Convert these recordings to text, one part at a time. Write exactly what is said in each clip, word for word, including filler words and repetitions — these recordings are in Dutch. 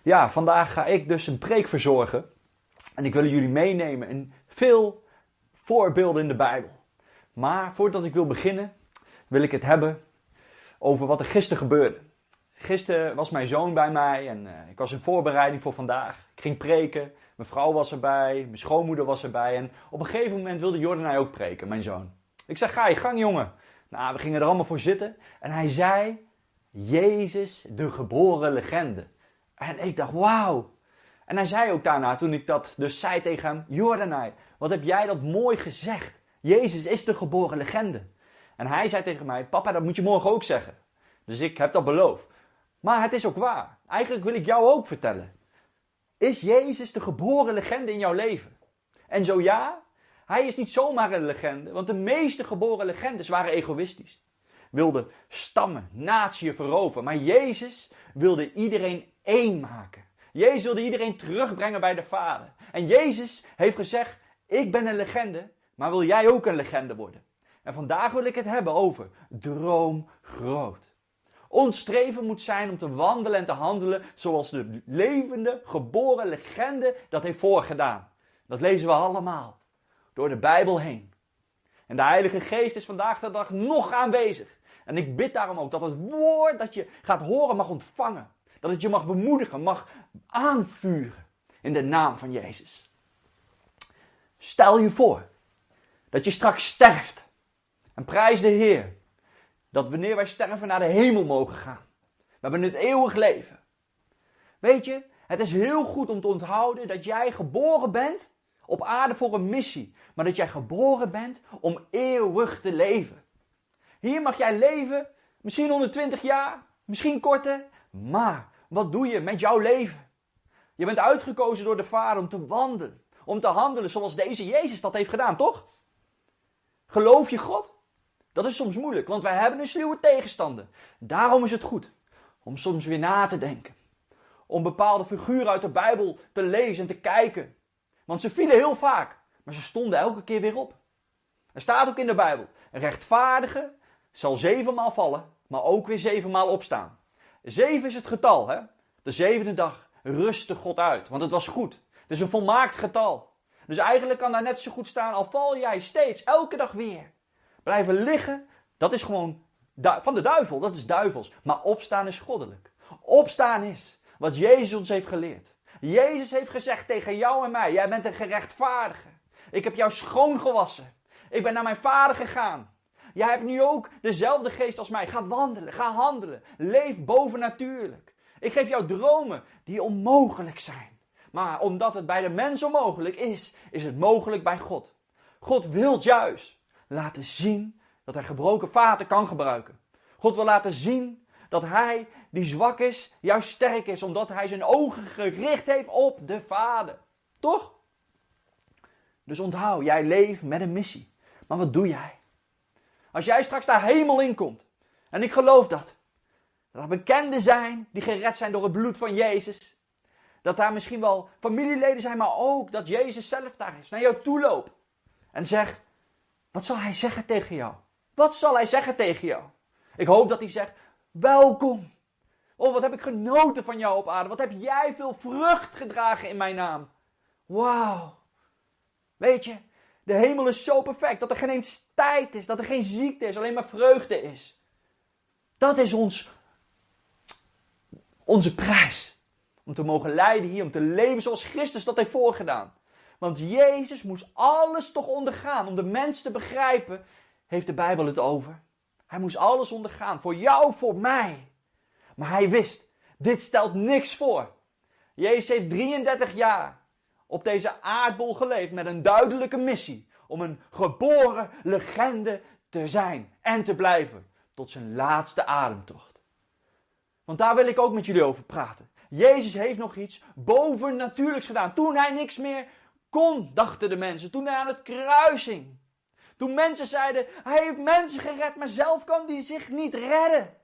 Ja, vandaag ga ik dus een preek verzorgen. En ik wil jullie meenemen in veel voorbeelden in de Bijbel. Maar voordat ik wil beginnen, wil ik het hebben over wat er gisteren gebeurde. Gisteren was mijn zoon bij mij en uh, ik was in voorbereiding voor vandaag. Ik ging preken, mijn vrouw was erbij, mijn schoonmoeder was erbij. En op een gegeven moment wilde Jordan ook preken, mijn zoon. Ik zei, ga je gang jongen. Nou, we gingen er allemaal voor zitten. En hij zei, Jezus, de geboren legende. En ik dacht, wauw. En hij zei ook daarna, toen ik dat dus zei tegen hem, Jordan, wat heb jij dat mooi gezegd. Jezus is de geboren legende. En hij zei tegen mij, papa, dat moet je morgen ook zeggen. Dus ik heb dat beloofd. Maar het is ook waar. Eigenlijk wil ik jou ook vertellen. Is Jezus de geboren legende in jouw leven? En zo ja, hij is niet zomaar een legende, want de meeste geboren legendes waren egoïstisch. Wilden stammen, natieën veroveren. Maar Jezus wilde iedereen één maken. Jezus wilde iedereen terugbrengen bij de Vader. En Jezus heeft gezegd, ik ben een legende, maar wil jij ook een legende worden? En vandaag wil ik het hebben over droom groot. Ons streven moet zijn om te wandelen en te handelen zoals de levende, geboren legende dat heeft voorgedaan. Dat lezen we allemaal, door de Bijbel heen. En de Heilige Geest is vandaag de dag nog aanwezig. En ik bid daarom ook dat het woord dat je gaat horen mag ontvangen. Dat het je mag bemoedigen, mag aanvuren in de naam van Jezus. Stel je voor dat je straks sterft. En prijs de Heer dat wanneer wij sterven naar de hemel mogen gaan. We hebben het eeuwig leven. Weet je, het is heel goed om te onthouden dat jij geboren bent op aarde voor een missie. Maar dat jij geboren bent om eeuwig te leven. Hier mag jij leven, misschien honderdtwintig jaar, misschien korter. Maar wat doe je met jouw leven? Je bent uitgekozen door de Vader om te wandelen. Om te handelen zoals deze Jezus dat heeft gedaan, toch? Geloof je God? Dat is soms moeilijk, want wij hebben een sluwe tegenstander. Daarom is het goed om soms weer na te denken. Om bepaalde figuren uit de Bijbel te lezen en te kijken. Want ze vielen heel vaak, maar ze stonden elke keer weer op. Er staat ook in de Bijbel, een rechtvaardige zal zevenmaal vallen, maar ook weer zevenmaal opstaan. Zeven is het getal, hè? De zevende dag rustte God uit, want het was goed. Het is een volmaakt getal. Dus eigenlijk kan daar net zo goed staan, al val jij steeds, elke dag weer. Blijven liggen, dat is gewoon van de duivel, dat is duivels. Maar opstaan is goddelijk. Opstaan is wat Jezus ons heeft geleerd. Jezus heeft gezegd tegen jou en mij, jij bent een gerechtvaardige. Ik heb jou schoongewassen. Ik ben naar mijn Vader gegaan. Jij hebt nu ook dezelfde geest als mij. Ga wandelen, ga handelen. Leef bovennatuurlijk. Ik geef jou dromen die onmogelijk zijn. Maar omdat het bij de mens onmogelijk is, is het mogelijk bij God. God wil juist laten zien dat hij gebroken vaten kan gebruiken. God wil laten zien dat hij die zwak is, juist sterk is. Omdat hij zijn ogen gericht heeft op de Vader. Toch? Dus onthoud, jij leeft met een missie. Maar wat doe jij? Als jij straks daar hemel in komt. En ik geloof dat. Dat er bekenden zijn die gered zijn door het bloed van Jezus. Dat daar misschien wel familieleden zijn, maar ook dat Jezus zelf daar is. Naar jou toe loopt. En zegt, wat zal hij zeggen tegen jou? Wat zal hij zeggen tegen jou? Ik hoop dat hij zegt, welkom. Oh, wat heb ik genoten van jou op aarde. Wat heb jij veel vrucht gedragen in mijn naam. Wauw. Weet je, de hemel is zo perfect dat er geen eens tijd is, dat er geen ziekte is, alleen maar vreugde is. Dat is ons, onze prijs. Om te mogen lijden hier, om te leven zoals Christus dat heeft voorgedaan. Want Jezus moest alles toch ondergaan. Om de mens te begrijpen, heeft de Bijbel het over. Hij moest alles ondergaan. Voor jou, voor mij. Maar hij wist, dit stelt niks voor. Jezus heeft drieëndertig jaar op deze aardbol geleefd met een duidelijke missie. Om een geboren legende te zijn en te blijven. Tot zijn laatste ademtocht. Want daar wil ik ook met jullie over praten. Jezus heeft nog iets bovennatuurlijks gedaan. Toen hij niks meer kon, dachten de mensen. Toen hij aan het kruis hing. Toen mensen zeiden, hij heeft mensen gered, maar zelf kan hij zich niet redden.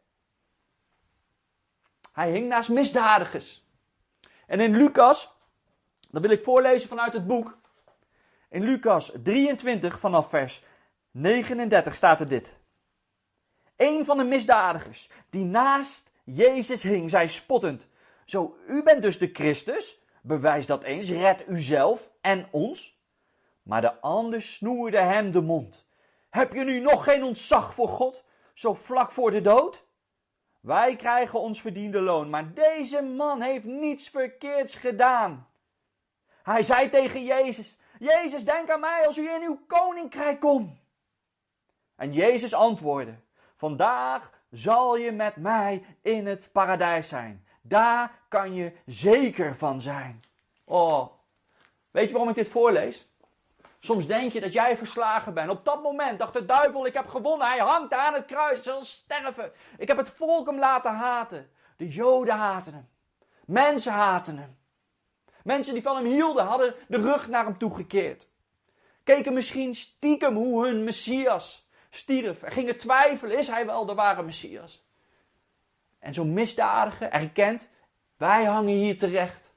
Hij hing naast misdadigers. En in Lucas, dat wil ik voorlezen vanuit het boek. In Lucas drieëntwintig vanaf vers negenendertig staat er dit. Een van de misdadigers die naast Jezus hing, zei spottend, Zo, u bent dus de Christus. Bewijs dat eens, red uzelf en ons. Maar de ander snoerde hem de mond. Heb je nu nog geen ontzag voor God, zo vlak voor de dood? Wij krijgen ons verdiende loon, maar deze man heeft niets verkeerds gedaan. Hij zei tegen Jezus, Jezus, denk aan mij als u in uw koninkrijk komt. En Jezus antwoordde, vandaag zal je met mij in het paradijs zijn. Daar kan je zeker van zijn. Oh, weet je waarom ik dit voorlees? Soms denk je dat jij verslagen bent. Op dat moment dacht de duivel, ik heb gewonnen. Hij hangt aan het kruis, hij zal sterven. Ik heb het volk hem laten haten. De Joden haten hem. Mensen haten hem. Mensen die van hem hielden, hadden de rug naar hem toegekeerd. Keken misschien stiekem hoe hun Messias stierf. En gingen twijfelen, is hij wel de ware Messias? En zo'n misdadige erkent, wij hangen hier terecht.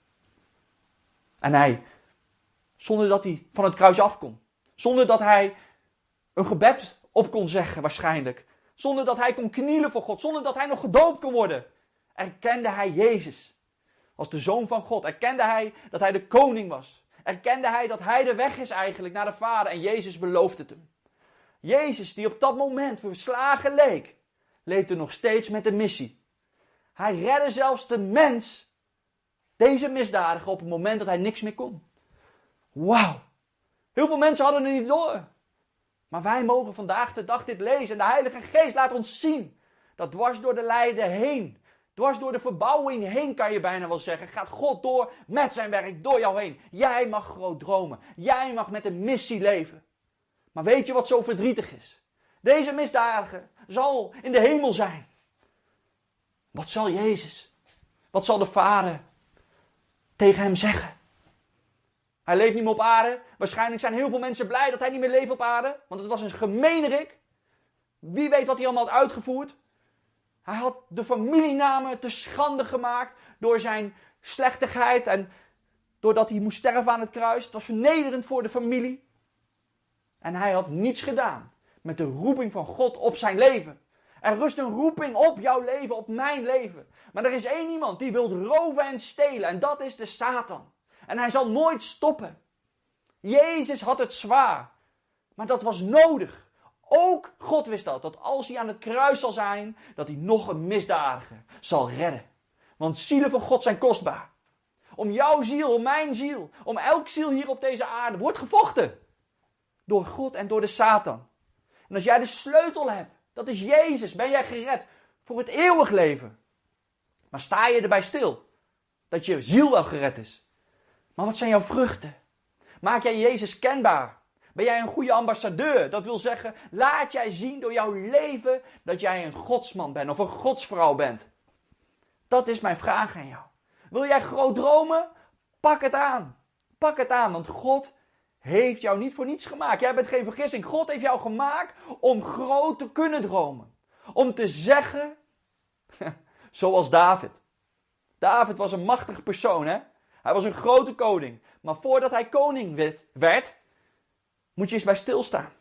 En hij, zonder dat hij van het kruis af kon. Zonder dat hij een gebed op kon zeggen waarschijnlijk. Zonder dat hij kon knielen voor God. Zonder dat hij nog gedoopt kon worden. Erkende hij Jezus als de Zoon van God. Erkende hij dat hij de koning was. Erkende hij dat hij de weg is eigenlijk naar de Vader. En Jezus beloofde het hem. Jezus die op dat moment verslagen leek. Leefde nog steeds met de missie. Hij redde zelfs de mens. Deze misdadiger op het moment dat hij niks meer kon. Wauw. Heel veel mensen hadden het niet door. Maar wij mogen vandaag de dag dit lezen. En de Heilige Geest laat ons zien. Dat dwars door de lijden heen. Dwars door de verbouwing heen kan je bijna wel zeggen. Gaat God door met zijn werk door jou heen. Jij mag groot dromen. Jij mag met een missie leven. Maar weet je wat zo verdrietig is? Deze misdadiger zal in de hemel zijn. Wat zal Jezus? Wat zal de Vader tegen hem zeggen? Hij leeft niet meer op aarde. Waarschijnlijk zijn heel veel mensen blij dat hij niet meer leeft op aarde. Want het was een gemeenerik. Wie weet wat hij allemaal had uitgevoerd. Hij had de familienamen te schande gemaakt door zijn slechtigheid. En doordat hij moest sterven aan het kruis. Het was vernederend voor de familie. En hij had niets gedaan met de roeping van God op zijn leven. Er rust een roeping op jouw leven, op mijn leven. Maar er is één iemand die wil roven en stelen. En dat is de Satan. En hij zal nooit stoppen. Jezus had het zwaar. Maar dat was nodig. Ook God wist dat. Dat als hij aan het kruis zal zijn, dat hij nog een misdadiger zal redden. Want zielen van God zijn kostbaar. Om jouw ziel, om mijn ziel, om elk ziel hier op deze aarde wordt gevochten. Door God en door de Satan. En als jij de sleutel hebt, dat is Jezus, ben jij gered voor het eeuwig leven. Maar sta je erbij stil dat je ziel wel gered is? Maar wat zijn jouw vruchten? Maak jij Jezus kenbaar? Ben jij een goede ambassadeur? Dat wil zeggen, laat jij zien door jouw leven dat jij een godsman bent of een godsvrouw bent. Dat is mijn vraag aan jou. Wil jij groot dromen? Pak het aan. Pak het aan, want God heeft jou niet voor niets gemaakt. Jij bent geen vergissing. God heeft jou gemaakt om groot te kunnen dromen. Om te zeggen, zoals David. David was een machtige persoon, hè? Hij was een grote koning. Maar voordat hij koning werd, werd moet je eens bij stilstaan.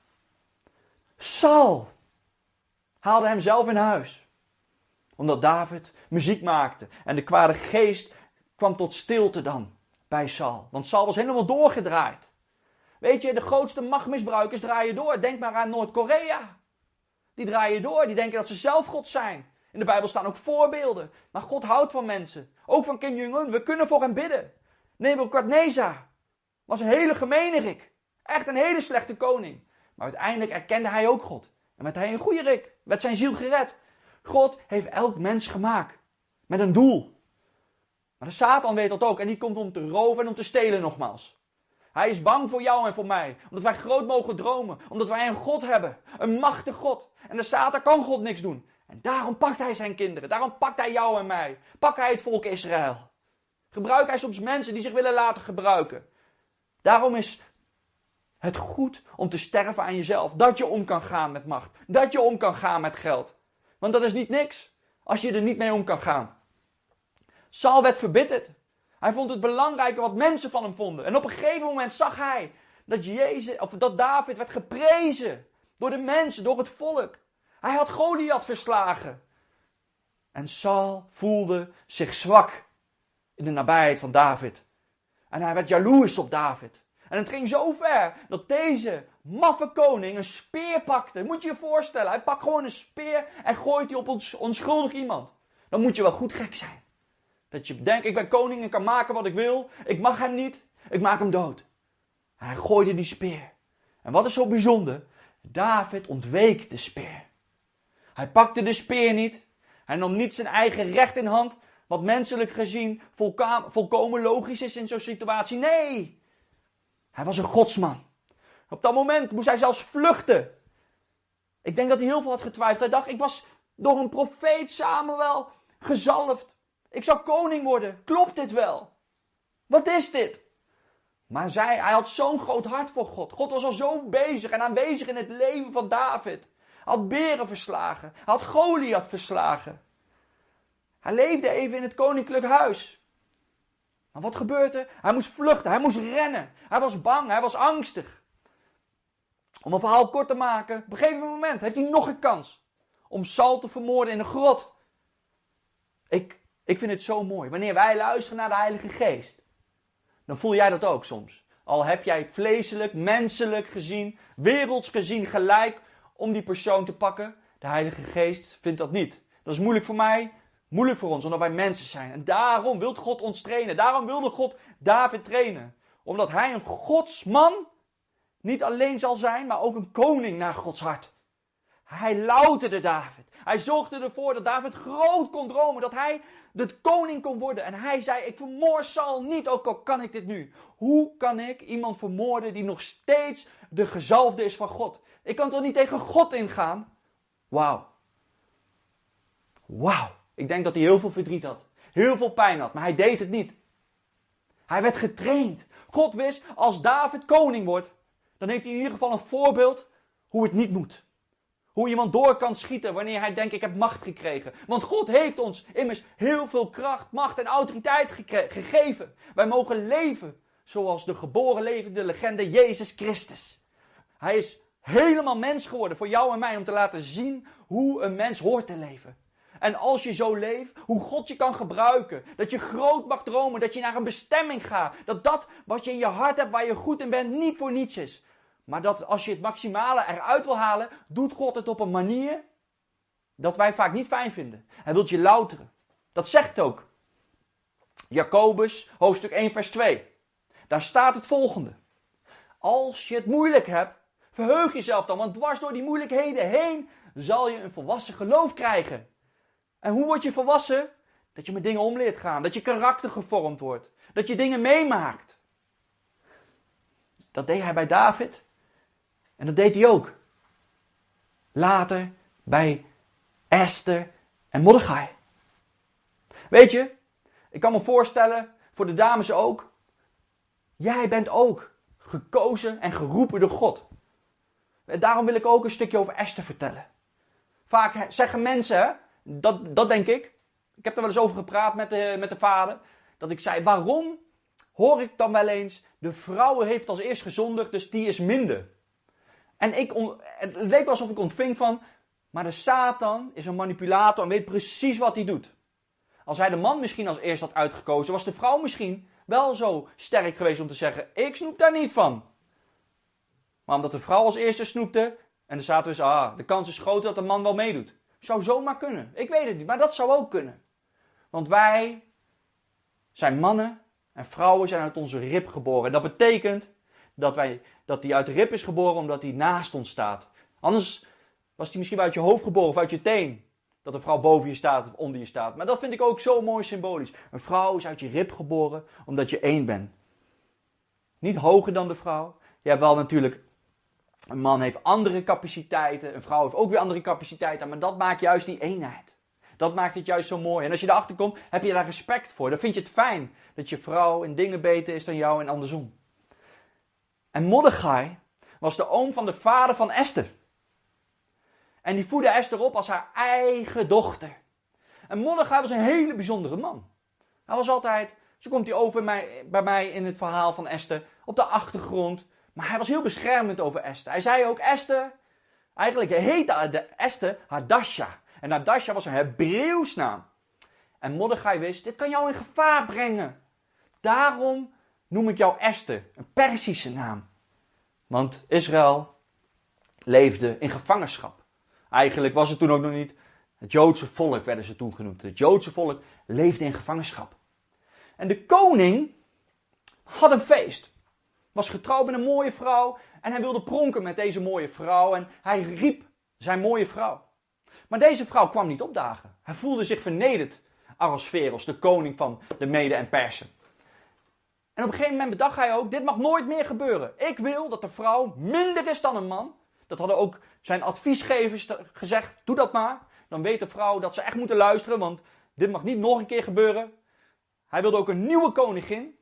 Saul haalde hem zelf in huis. Omdat David muziek maakte. En de kwade geest kwam tot stilte dan bij Saul. Want Saul was helemaal doorgedraaid. Weet je, de grootste machtmisbruikers draaien door. Denk maar aan Noord-Korea. Die draaien door. Die denken dat ze zelf God zijn. In de Bijbel staan ook voorbeelden. Maar God houdt van mensen. Ook van Kim Jong-un. We kunnen voor hem bidden. Nebukadnezar was een hele gemeenerik. Echt een hele slechte koning. Maar uiteindelijk erkende hij ook God. En werd hij een goede rik. Werd zijn ziel gered. God heeft elk mens gemaakt. Met een doel. Maar de Satan weet dat ook. En die komt om te roven en om te stelen nogmaals. Hij is bang voor jou en voor mij. Omdat wij groot mogen dromen. Omdat wij een God hebben. Een machtig God. En de Satan kan God niks doen. En daarom pakt hij zijn kinderen. Daarom pakt hij jou en mij. Pakt hij het volk Israël. Gebruikt hij soms mensen die zich willen laten gebruiken. Daarom is het goed om te sterven aan jezelf. Dat je om kan gaan met macht. Dat je om kan gaan met geld. Want dat is niet niks. Als je er niet mee om kan gaan. Saul werd verbitterd. Hij vond het belangrijker wat mensen van hem vonden. En op een gegeven moment zag hij dat, Jezus, of dat David werd geprezen. Door de mensen, door het volk. Hij had Goliath verslagen. En Saul voelde zich zwak. in de nabijheid van David. En hij werd jaloers op David. En het ging zo ver dat deze maffe koning een speer pakte. Moet je je voorstellen, hij pakt gewoon een speer en gooit die op ons onschuldig iemand. Dan moet je wel goed gek zijn. Dat je denkt, ik ben koning en kan maken wat ik wil. Ik mag hem niet, ik maak hem dood. En hij gooide die speer. En wat is zo bijzonder? David ontweek de speer. Hij pakte de speer niet. Hij nam niet zijn eigen recht in hand. Wat menselijk gezien volka- volkomen logisch is in zo'n situatie. Nee, hij was een godsman. Op dat moment moest hij zelfs vluchten. Ik denk dat hij heel veel had getwijfeld. Hij dacht, ik was door een profeet Samuel gezalfd. Ik zou koning worden. Klopt dit wel? Wat is dit? Maar zij, hij had zo'n groot hart voor God. God was al zo bezig en aanwezig in het leven van David. Hij had beren verslagen. Hij had Goliath verslagen. Hij leefde even in het koninklijk huis. Maar wat gebeurde er? Hij moest vluchten, hij moest rennen. Hij was bang, hij was angstig. Om een verhaal kort te maken, op een gegeven moment heeft hij nog een kans om Saul te vermoorden in een grot. Ik, ik vind het zo mooi. Wanneer wij luisteren naar de Heilige Geest, dan voel jij dat ook soms. Al heb jij vleeselijk, menselijk gezien, werelds gezien gelijk om die persoon te pakken. De Heilige Geest vindt dat niet. Dat is moeilijk voor mij, moeilijk voor ons, omdat wij mensen zijn. En daarom wil God ons trainen. Daarom wilde God David trainen. Omdat hij een godsman niet alleen zal zijn, maar ook een koning naar Gods hart. Hij louterde David. Hij zorgde ervoor dat David groot kon dromen. Dat hij de koning kon worden. En hij zei, ik vermoord Saul niet, ook al kan ik dit nu. Hoe kan ik iemand vermoorden die nog steeds de gezalfde is van God? Ik kan toch niet tegen God ingaan? Wauw. Wauw. Ik denk dat hij heel veel verdriet had. Heel veel pijn had. Maar hij deed het niet. Hij werd getraind. God wist, als David koning wordt, dan heeft hij in ieder geval een voorbeeld hoe het niet moet. Hoe iemand door kan schieten wanneer hij denkt, ik heb macht gekregen. Want God heeft ons immers heel veel kracht, macht en autoriteit geke- gegeven. Wij mogen leven zoals de geboren levende legende Jezus Christus. Hij is helemaal mens geworden voor jou en mij om te laten zien hoe een mens hoort te leven. En als je zo leeft, hoe God je kan gebruiken. Dat je groot mag dromen, dat je naar een bestemming gaat. Dat dat wat je in je hart hebt, waar je goed in bent, niet voor niets is. Maar dat als je het maximale eruit wil halen, doet God het op een manier dat wij vaak niet fijn vinden. Hij wil je louteren. Dat zegt ook Jacobus, hoofdstuk één, vers twee. Daar staat het volgende. Als je het moeilijk hebt, verheug jezelf dan, want dwars door die moeilijkheden heen zal je een volwassen geloof krijgen. En hoe word je volwassen? Dat je met dingen om leert gaan, dat je karakter gevormd wordt, dat je dingen meemaakt. Dat deed hij bij David. En dat deed hij ook. Later bij Esther en Mordechai. Weet je, ik kan me voorstellen, voor de dames ook. Jij bent ook gekozen en geroepen door God. En daarom wil ik ook een stukje over Esther vertellen. Vaak zeggen mensen, hè, dat, dat denk ik. Ik heb er wel eens over gepraat met de, met de vader. Dat ik zei, waarom hoor ik dan wel eens, de vrouw heeft als eerst gezondigd, dus die is minder. En ik, het leek wel alsof ik ontving van, maar de Satan is een manipulator en weet precies wat hij doet. Als hij de man misschien als eerst had uitgekozen, was de vrouw misschien wel zo sterk geweest om te zeggen, ik snoep daar niet van. Maar omdat de vrouw als eerste snoepte, en de Satan wist, ah, de kans is groter dat de man wel meedoet. Zou zomaar kunnen. Ik weet het niet, maar dat zou ook kunnen. Want wij zijn mannen en vrouwen zijn uit onze rib geboren. En dat betekent dat, wij, dat die uit de rib is geboren omdat die naast ons staat. Anders was die misschien wel uit je hoofd geboren of uit je teen. Dat een vrouw boven je staat of onder je staat. Maar dat vind ik ook zo mooi symbolisch. Een vrouw is uit je rib geboren omdat je één bent. Niet hoger dan de vrouw. Je hebt wel natuurlijk, een man heeft andere capaciteiten. Een vrouw heeft ook weer andere capaciteiten. Maar dat maakt juist die eenheid. Dat maakt het juist zo mooi. En als je erachter komt, heb je daar respect voor. Dan vind je het fijn dat je vrouw in dingen beter is dan jou en andersom. En Mordechai was de oom van de vader van Esther. En die voedde Esther op als haar eigen dochter. En Mordechai was een hele bijzondere man. Hij was altijd, zo komt hij over mij, bij mij in het verhaal van Esther, op de achtergrond. Maar hij was heel beschermend over Esther. Hij zei ook, Esther, eigenlijk heette Esther Hadasha. En Hadasha was een Hebreeuws naam. En Mordechai wist, dit kan jou in gevaar brengen. Daarom noem ik jou Esther, een Perzische naam. Want Israël leefde in gevangenschap. Eigenlijk was het toen ook nog niet. Het Joodse volk werden ze toen genoemd. Het Joodse volk leefde in gevangenschap. En de koning had een feest. Was getrouwd met een mooie vrouw. En hij wilde pronken met deze mooie vrouw. En hij riep zijn mooie vrouw. Maar deze vrouw kwam niet opdagen. Hij voelde zich vernederd. Ahasveros, de koning van de Meden en Persen. En op een gegeven moment bedacht hij ook, dit mag nooit meer gebeuren. Ik wil dat de vrouw minder is dan een man. Dat hadden ook zijn adviesgevers gezegd, doe dat maar. Dan weet de vrouw dat ze echt moeten luisteren, want dit mag niet nog een keer gebeuren. Hij wilde ook een nieuwe koningin.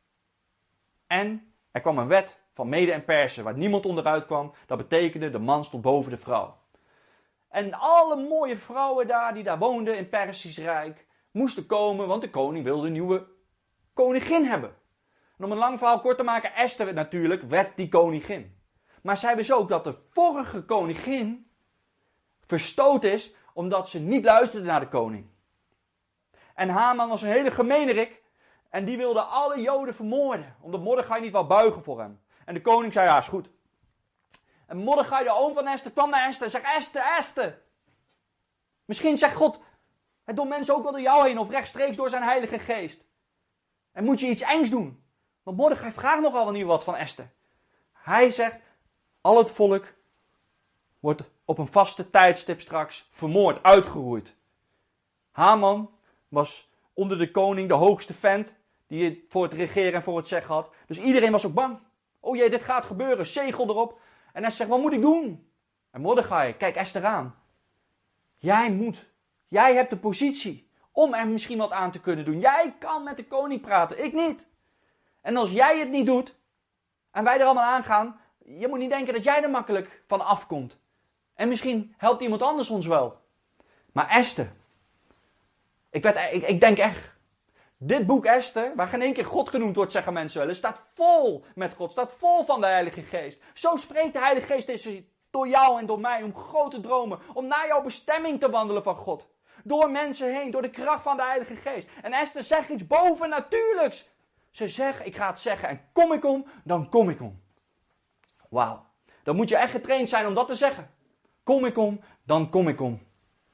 En er kwam een wet van Mede en Persen waar niemand onderuit kwam. Dat betekende, de man stond boven de vrouw. En alle mooie vrouwen daar, die daar woonden in Persisch Rijk, moesten komen, want de koning wilde een nieuwe koningin hebben. En om een lang verhaal kort te maken, Esther natuurlijk werd die koningin. Maar zij wist ook dat de vorige koningin verstoot is, omdat ze niet luisterde naar de koning. En Haman was een hele gemeenerik, en die wilde alle Joden vermoorden, omdat Mordechai niet wou buigen voor hem. En de koning zei, ja, is goed. En Mordechai, de oom van Esther, kwam naar Esther en zei, Esther, Esther. Misschien zegt God het door mensen ook wel door jou heen, of rechtstreeks door zijn heilige geest. En moet je iets engs doen. Want Mordechai vraagt nogal wel niet wat van Esther. Hij zegt, al het volk wordt op een vaste tijdstip straks vermoord, uitgeroeid. Haman was onder de koning de hoogste vent die het voor het regeren en voor het zeggen had. Dus iedereen was ook bang. Oh jee, dit gaat gebeuren, zegel erop. En Esther zegt, wat moet ik doen? En Mordechai, kijk Esther aan. Jij moet, jij hebt de positie om er misschien wat aan te kunnen doen. Jij kan met de koning praten, ik niet. En als jij het niet doet, en wij er allemaal aan gaan, je moet niet denken dat jij er makkelijk van afkomt. En misschien helpt iemand anders ons wel. Maar Esther, ik, werd, ik, ik denk echt, dit boek Esther, waar geen één keer God genoemd wordt, zeggen mensen wel, staat vol met God, staat vol van de Heilige Geest. Zo spreekt de Heilige Geest door jou en door mij om grote dromen, om naar jouw bestemming te wandelen van God. Door mensen heen, door de kracht van de Heilige Geest. En Esther zegt iets bovennatuurlijks. Ze zegt, ik ga het zeggen en kom ik om, dan kom ik om. Wauw, dan moet je echt getraind zijn om dat te zeggen. Kom ik om, dan kom ik om.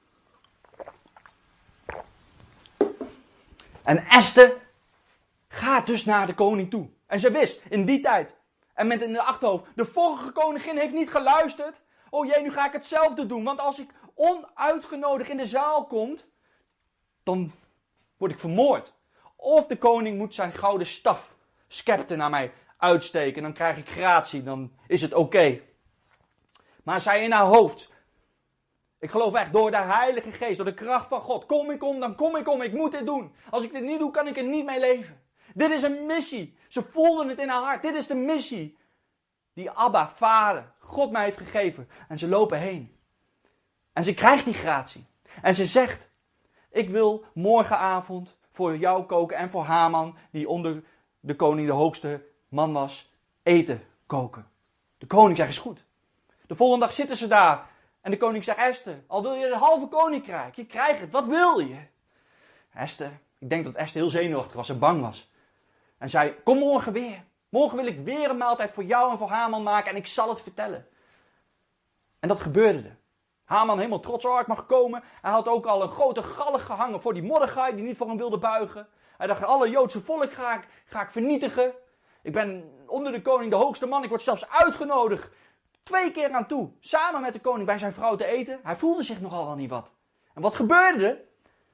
En Esther gaat dus naar de koning toe. En ze wist, in die tijd, en met in de achterhoofd, de vorige koningin heeft niet geluisterd. Oh jee, nu ga ik hetzelfde doen. Want als ik onuitgenodigd in de zaal kom, dan word ik vermoord. Of de koning moet zijn gouden staf, scepter, naar mij uitsteken. Dan krijg ik gratie, dan is het oké. Okay. Maar zij in haar hoofd, ik geloof echt, door de Heilige Geest, door de kracht van God. Kom ik om, dan kom ik om. Ik moet dit doen. Als ik dit niet doe, kan ik er niet mee leven. Dit is een missie. Ze voelden het in haar hart. Dit is de missie die Abba, Vader, God mij heeft gegeven. En ze lopen heen. En ze krijgt die gratie. En ze zegt, ik wil morgenavond voor jou koken en voor Haman, die onder de koning de hoogste man was, eten koken. De koning zegt, is goed. De volgende dag zitten ze daar. En de koning zegt, Esther, al wil je het halve koninkrijk, je krijgt het, wat wil je? Esther, ik denk dat Esther heel zenuwachtig was en bang was. En zei, kom morgen weer. Morgen wil ik weer een maaltijd voor jou en voor Haman maken en ik zal het vertellen. En dat gebeurde er. Haman helemaal trots, oh ik mag komen. Hij had ook al een grote galg gehangen voor die Mordechai die niet voor hem wilde buigen. Hij dacht, alle Joodse volk ga ik, ga ik vernietigen. Ik ben onder de koning de hoogste man, ik word zelfs uitgenodigd. Twee keer aan toe, samen met de koning bij zijn vrouw te eten. Hij voelde zich nogal wel niet wat. En wat gebeurde er?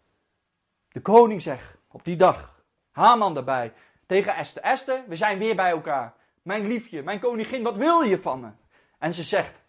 De koning zegt, op die dag, Haman daarbij, tegen Esther. Esther, we zijn weer bij elkaar. Mijn liefje, mijn koningin, wat wil je van me? En ze zegt,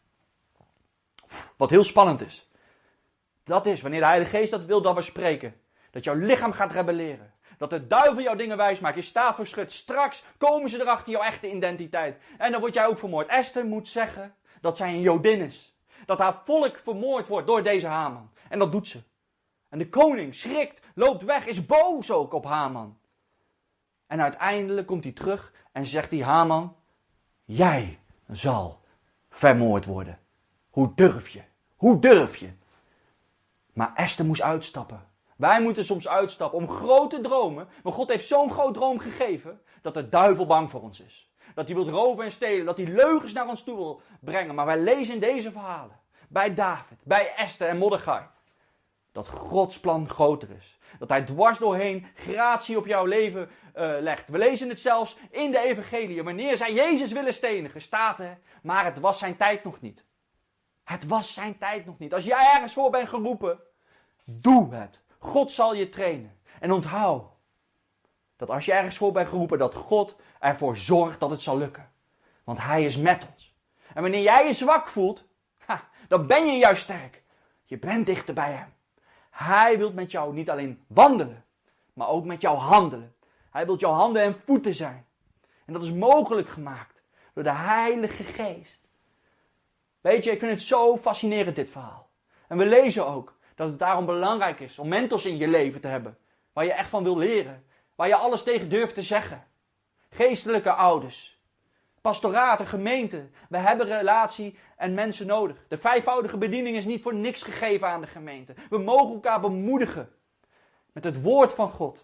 wat heel spannend is. Dat is, wanneer de Heilige Geest dat wil, dat we spreken. Dat jouw lichaam gaat rebelleren. Dat de duivel jouw dingen wijs maakt. Je staat verschut. Straks komen ze erachter jouw echte identiteit. En dan word jij ook vermoord. Esther moet zeggen dat zij een Jodin is. Dat haar volk vermoord wordt door deze Haman. En dat doet ze. En de koning schrikt, loopt weg, is boos ook op Haman. En uiteindelijk komt hij terug en zegt die Haman, jij zal vermoord worden. Hoe durf je? Hoe durf je? Maar Esther moest uitstappen. Wij moeten soms uitstappen om grote dromen. Maar God heeft zo'n groot droom gegeven dat de duivel bang voor ons is. Dat hij wil roven en stelen. Dat hij leugens naar ons toe wil brengen. Maar wij lezen in deze verhalen. Bij David, bij Esther en Mordechai. Dat Gods plan groter is. Dat hij dwars doorheen gratie op jouw leven uh, legt. We lezen het zelfs in de evangelie. Wanneer zij Jezus willen stenigen, staat er. Maar het was zijn tijd nog niet. Het was zijn tijd nog niet. Als jij ergens voor bent geroepen, doe het. God zal je trainen. En onthoud dat als je ergens voor bent geroepen, dat God ervoor zorgt dat het zal lukken. Want hij is met ons. En wanneer jij je zwak voelt, ha, dan ben je juist sterk. Je bent dichter bij hem. Hij wil met jou niet alleen wandelen, maar ook met jou handelen. Hij wil jouw handen en voeten zijn. En dat is mogelijk gemaakt door de Heilige Geest. Weet je, ik vind het zo fascinerend dit verhaal. En we lezen ook dat het daarom belangrijk is om mentors in je leven te hebben. Waar je echt van wil leren. Waar je alles tegen durft te zeggen. Geestelijke ouders. Pastoraten, gemeenten. We hebben relatie en mensen nodig. De vijfvoudige bediening is niet voor niks gegeven aan de gemeente. We mogen elkaar bemoedigen. Met het woord van God.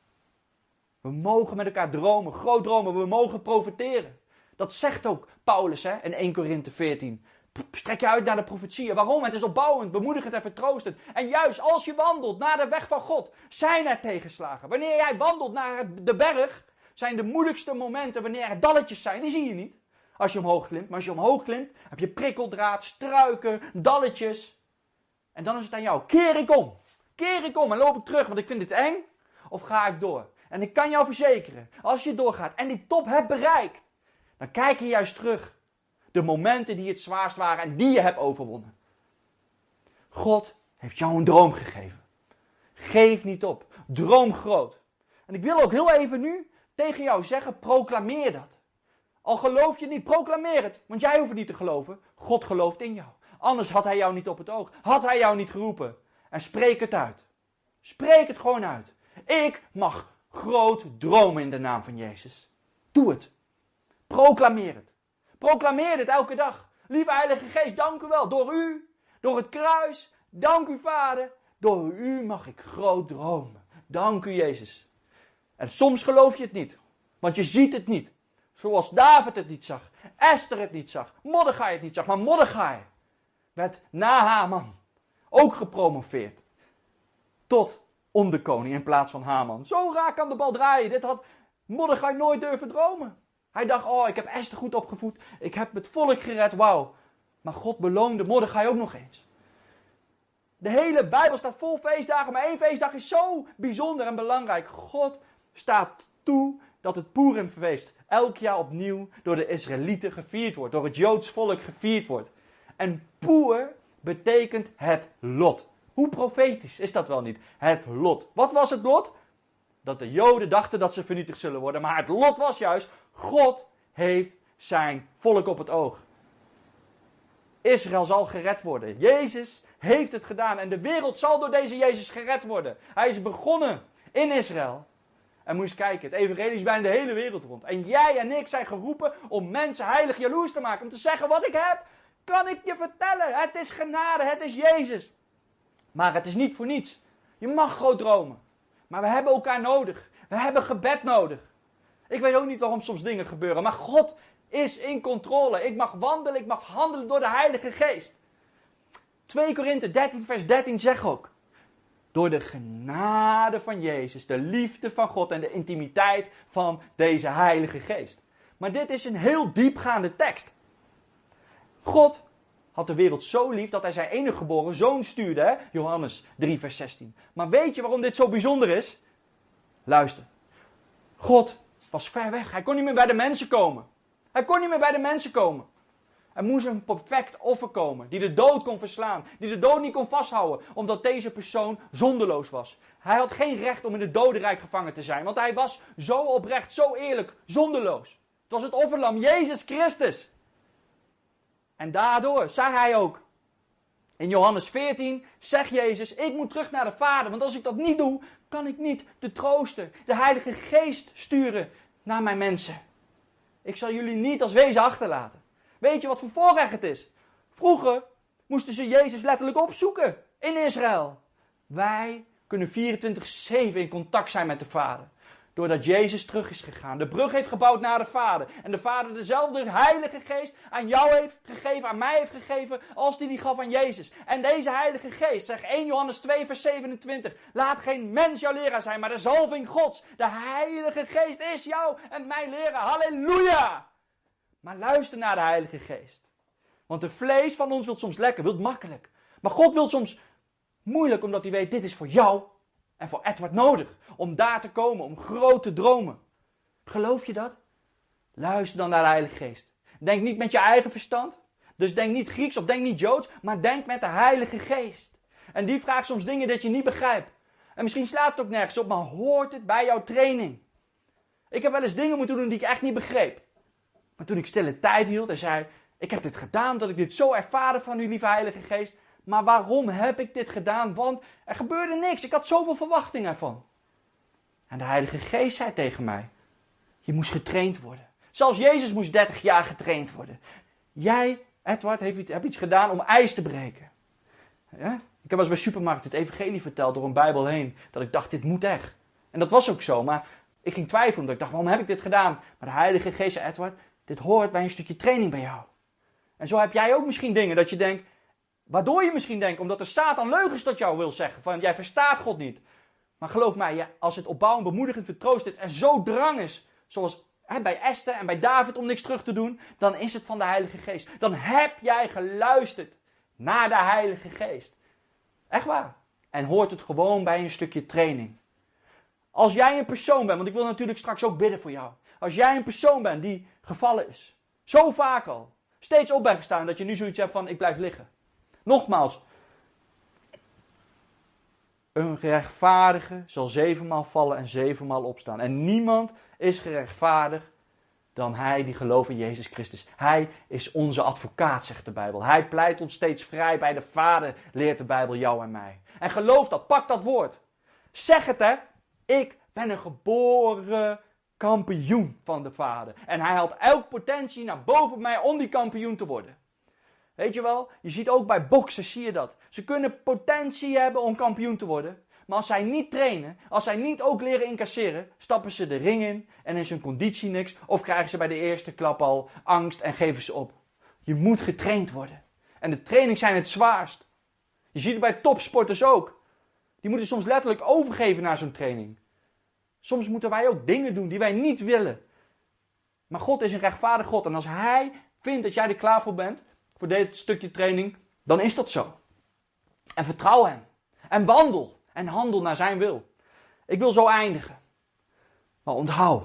We mogen met elkaar dromen, groot dromen. We mogen profeteren. Dat zegt ook Paulus hè, in Eerste Korinthe veertien. Strek je uit naar de profetieën. Waarom? Het is opbouwend, bemoedigend en vertroostend. En juist als je wandelt naar de weg van God, zijn er tegenslagen. Wanneer jij wandelt naar de berg, zijn de moeilijkste momenten wanneer er dalletjes zijn. Die zie je niet als je omhoog klimt. Maar als je omhoog klimt, heb je prikkeldraad, struiken, dalletjes. En dan is het aan jou. Keer ik om. Keer ik om en loop ik terug, want ik vind dit eng. Of ga ik door? En ik kan jou verzekeren, als je doorgaat en die top hebt bereikt, dan kijk je juist terug. De momenten die het zwaarst waren en die je hebt overwonnen. God heeft jou een droom gegeven. Geef niet op. Droom groot. En ik wil ook heel even nu tegen jou zeggen, proclameer dat. Al geloof je niet, proclameer het. Want jij hoeft het niet te geloven. God gelooft in jou. Anders had hij jou niet op het oog. Had hij jou niet geroepen. En spreek het uit. Spreek het gewoon uit. Ik mag groot dromen in de naam van Jezus. Doe het. Proclameer het. Proclameer dit elke dag. Lieve Heilige Geest, dank u wel. Door u, door het kruis. Dank u Vader. Door u mag ik groot dromen. Dank u Jezus. En soms geloof je het niet. Want je ziet het niet. Zoals David het niet zag. Esther het niet zag. Mordechai het niet zag. Maar Mordechai werd na Haman ook gepromoveerd. Tot onderkoning in plaats van Haman. Zo raak kan de bal draaien. Dit had Mordechai nooit durven dromen. Hij dacht, oh, ik heb Esther goed opgevoed. Ik heb het volk gered, wauw. Maar God beloonde Mordechai ook nog eens. De hele Bijbel staat vol feestdagen, maar één feestdag is zo bijzonder en belangrijk. God staat toe dat het Purimfeest elk jaar opnieuw door de Israëlieten gevierd wordt. Door het Joods volk gevierd wordt. En Puer betekent het lot. Hoe profetisch is dat wel niet? Het lot. Wat was het lot? Dat de Joden dachten dat ze vernietigd zullen worden. Maar het lot was juist, God heeft zijn volk op het oog. Israël zal gered worden. Jezus heeft het gedaan. En de wereld zal door deze Jezus gered worden. Hij is begonnen in Israël. En moet eens kijken, het evangelie is bijna de hele wereld rond. En jij en ik zijn geroepen om mensen heilig jaloers te maken. Om te zeggen, wat ik heb, kan ik je vertellen. Het is genade, het is Jezus. Maar het is niet voor niets. Je mag groot dromen. Maar we hebben elkaar nodig. We hebben gebed nodig. Ik weet ook niet waarom soms dingen gebeuren. Maar God is in controle. Ik mag wandelen, ik mag handelen door de Heilige Geest. twee Korinthe dertien vers dertien zegt ook. Door de genade van Jezus, de liefde van God en de intimiteit van deze Heilige Geest. Maar dit is een heel diepgaande tekst. God had de wereld zo lief dat hij zijn enige geboren zoon stuurde. Hè? Johannes drie vers zestien. Maar weet je waarom dit zo bijzonder is? Luister. God was ver weg. Hij kon niet meer bij de mensen komen. Hij kon niet meer bij de mensen komen. Er moest een perfect offer komen. Die de dood kon verslaan. Die de dood niet kon vasthouden. Omdat deze persoon zondeloos was. Hij had geen recht om in het dodenrijk gevangen te zijn. Want hij was zo oprecht, zo eerlijk, zondeloos. Het was het offerlam, Jezus Christus. En daardoor zei hij ook. In Johannes veertien zegt Jezus, ik moet terug naar de Vader. Want als ik dat niet doe, kan ik niet de trooster, de Heilige Geest sturen naar mijn mensen. Ik zal jullie niet als wezen achterlaten. Weet je wat voor voorrecht het is? Vroeger moesten ze Jezus letterlijk opzoeken in Israël. Wij kunnen vierentwintig zeven in contact zijn met de Vader. Doordat Jezus terug is gegaan. De brug heeft gebouwd naar de Vader. En de Vader dezelfde Heilige Geest aan jou heeft gegeven, aan mij heeft gegeven, als die die gaf aan Jezus. En deze Heilige Geest, zegt eerste Johannes twee vers zevenentwintig. Laat geen mens jouw leraar zijn, maar de zalving Gods. De Heilige Geest is jou en mijn leraar. Halleluja! Maar luister naar de Heilige Geest. Want de vlees van ons wil soms lekker, wil makkelijk. Maar God wil soms moeilijk, omdat hij weet, dit is voor jou en voor Edward nodig. Om daar te komen, om groot te dromen. Geloof je dat? Luister dan naar de Heilige Geest. Denk niet met je eigen verstand. Dus denk niet Grieks of denk niet Joods, maar denk met de Heilige Geest. En die vraagt soms dingen dat je niet begrijpt. En misschien slaat het ook nergens op, maar hoort het bij jouw training. Ik heb wel eens dingen moeten doen die ik echt niet begreep. Maar toen ik stille tijd hield en zei, ik heb dit gedaan, dat ik dit zo ervaren van u, lieve Heilige Geest. Maar waarom heb ik dit gedaan? Want er gebeurde niks. Ik had zoveel verwachting ervan. En de Heilige Geest zei tegen mij, je moest getraind worden. Zelfs Jezus moest dertig jaar getraind worden. Jij, Edward, hebt iets gedaan om ijs te breken. Ja? Ik heb wel eens bij supermarkt het evangelie verteld door een Bijbel heen. Dat ik dacht, dit moet echt. En dat was ook zo. Maar ik ging twijfelen. Omdat ik dacht, waarom heb ik dit gedaan? Maar de Heilige Geest zei, Edward, dit hoort bij een stukje training bij jou. En zo heb jij ook misschien dingen dat je denkt, waardoor je misschien denkt, omdat de Satan leugens tot jou wil zeggen. Van, jij verstaat God niet. Maar geloof mij, ja, als het opbouwend, bemoedigend, vertroost is en zo drang is, zoals hè, bij Esther en bij David om niks terug te doen, dan is het van de Heilige Geest. Dan heb jij geluisterd naar de Heilige Geest. Echt waar. En hoort het gewoon bij een stukje training. Als jij een persoon bent, want ik wil natuurlijk straks ook bidden voor jou. Als jij een persoon bent die gevallen is, zo vaak al, steeds op bent gestaan dat je nu zoiets hebt van, ik blijf liggen. Nogmaals, een gerechtvaardige zal zevenmaal vallen en zevenmaal opstaan. En niemand is gerechtvaardig dan hij die gelooft in Jezus Christus. Hij is onze advocaat, zegt de Bijbel. Hij pleit ons steeds vrij bij de Vader, leert de Bijbel jou en mij. En geloof dat, pak dat woord. Zeg het hè, ik ben een geboren kampioen van de Vader. En hij haalt elke potentie naar boven mij om die kampioen te worden. Weet je wel, je ziet ook bij boksers, zie je dat. Ze kunnen potentie hebben om kampioen te worden. Maar als zij niet trainen, als zij niet ook leren incasseren, stappen ze de ring in en is hun conditie niks. Of krijgen ze bij de eerste klap al angst en geven ze op. Je moet getraind worden. En de trainingen zijn het zwaarst. Je ziet het bij topsporters ook. Die moeten soms letterlijk overgeven naar zo'n training. Soms moeten wij ook dingen doen die wij niet willen. Maar God is een rechtvaardig God. En als Hij vindt dat jij er klaar voor bent, voor dit stukje training, dan is dat zo. En vertrouw Hem. En wandel. En handel naar zijn wil. Ik wil zo eindigen. Maar onthoud.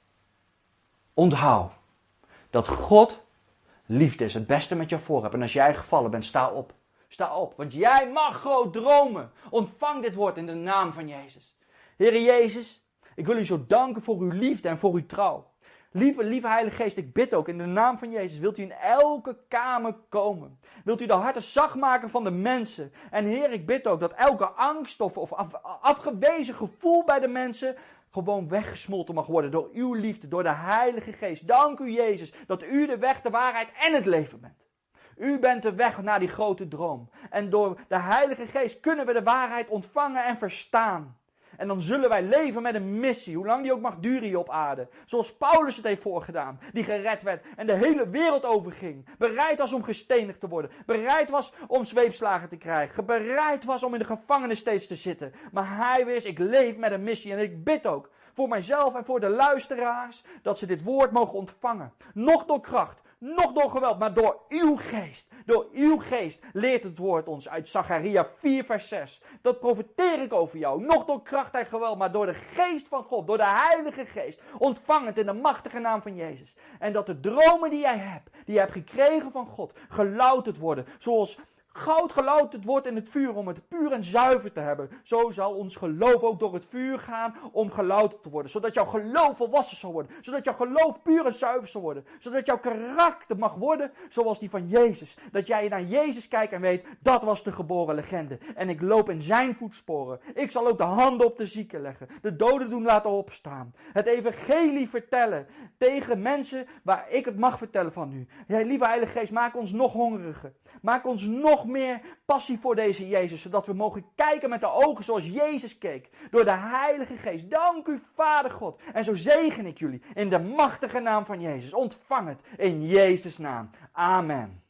Onthoud. Dat God liefde is. Het beste met jou voor hebt. En als jij gevallen bent, sta op. Sta op. Want jij mag groot dromen. Ontvang dit woord in de naam van Jezus. Heere Jezus, ik wil u zo danken voor uw liefde en voor uw trouw. Lieve, lieve Heilige Geest, ik bid ook in de naam van Jezus. Wilt u in elke kamer komen? Wilt u de harten zacht maken van de mensen? En Heer, ik bid ook dat elke angst of, of af, afgewezen gevoel bij de mensen gewoon weggesmolten mag worden door uw liefde, door de Heilige Geest. Dank u Jezus, dat u de weg, de waarheid en het leven bent. U bent de weg naar die grote droom. En door de Heilige Geest kunnen we de waarheid ontvangen en verstaan. En dan zullen wij leven met een missie, hoe lang die ook mag duren hier op aarde. Zoals Paulus het heeft voorgedaan, die gered werd en de hele wereld overging. Bereid was om gestenigd te worden. Bereid was om zweepslagen te krijgen. Bereid was om in de gevangenis steeds te zitten. Maar hij wist, ik leef met een missie. En ik bid ook voor mijzelf en voor de luisteraars, dat ze dit woord mogen ontvangen. Nog door kracht. Nog door geweld, maar door uw geest. Door uw geest leert het woord ons uit Zacharia vier vers zes. Dat profeteer ik over jou. Nog door kracht en geweld, maar door de geest van God. Door de Heilige Geest. Ontvang het in de machtige naam van Jezus. En dat de dromen die jij hebt, die je hebt gekregen van God, gelouterd worden. Zoals goud gelouterd wordt in het vuur om het puur en zuiver te hebben. Zo zal ons geloof ook door het vuur gaan om gelouterd te worden. Zodat jouw geloof volwassen zal worden. Zodat jouw geloof puur en zuiver zal worden. Zodat jouw karakter mag worden zoals die van Jezus. Dat jij naar Jezus kijkt en weet, dat was de geboren legende. En ik loop in zijn voetsporen. Ik zal ook de handen op de zieken leggen. De doden doen laten opstaan. Het evangelie vertellen tegen mensen waar ik het mag vertellen van u. Ja, lieve Heilige Geest, maak ons nog hongeriger. Maak ons nog nog meer passie voor deze Jezus, zodat we mogen kijken met de ogen zoals Jezus keek, door de Heilige Geest. Dank u, Vader God. En zo zegen ik jullie in de machtige naam van Jezus. Ontvang het in Jezus' naam. Amen.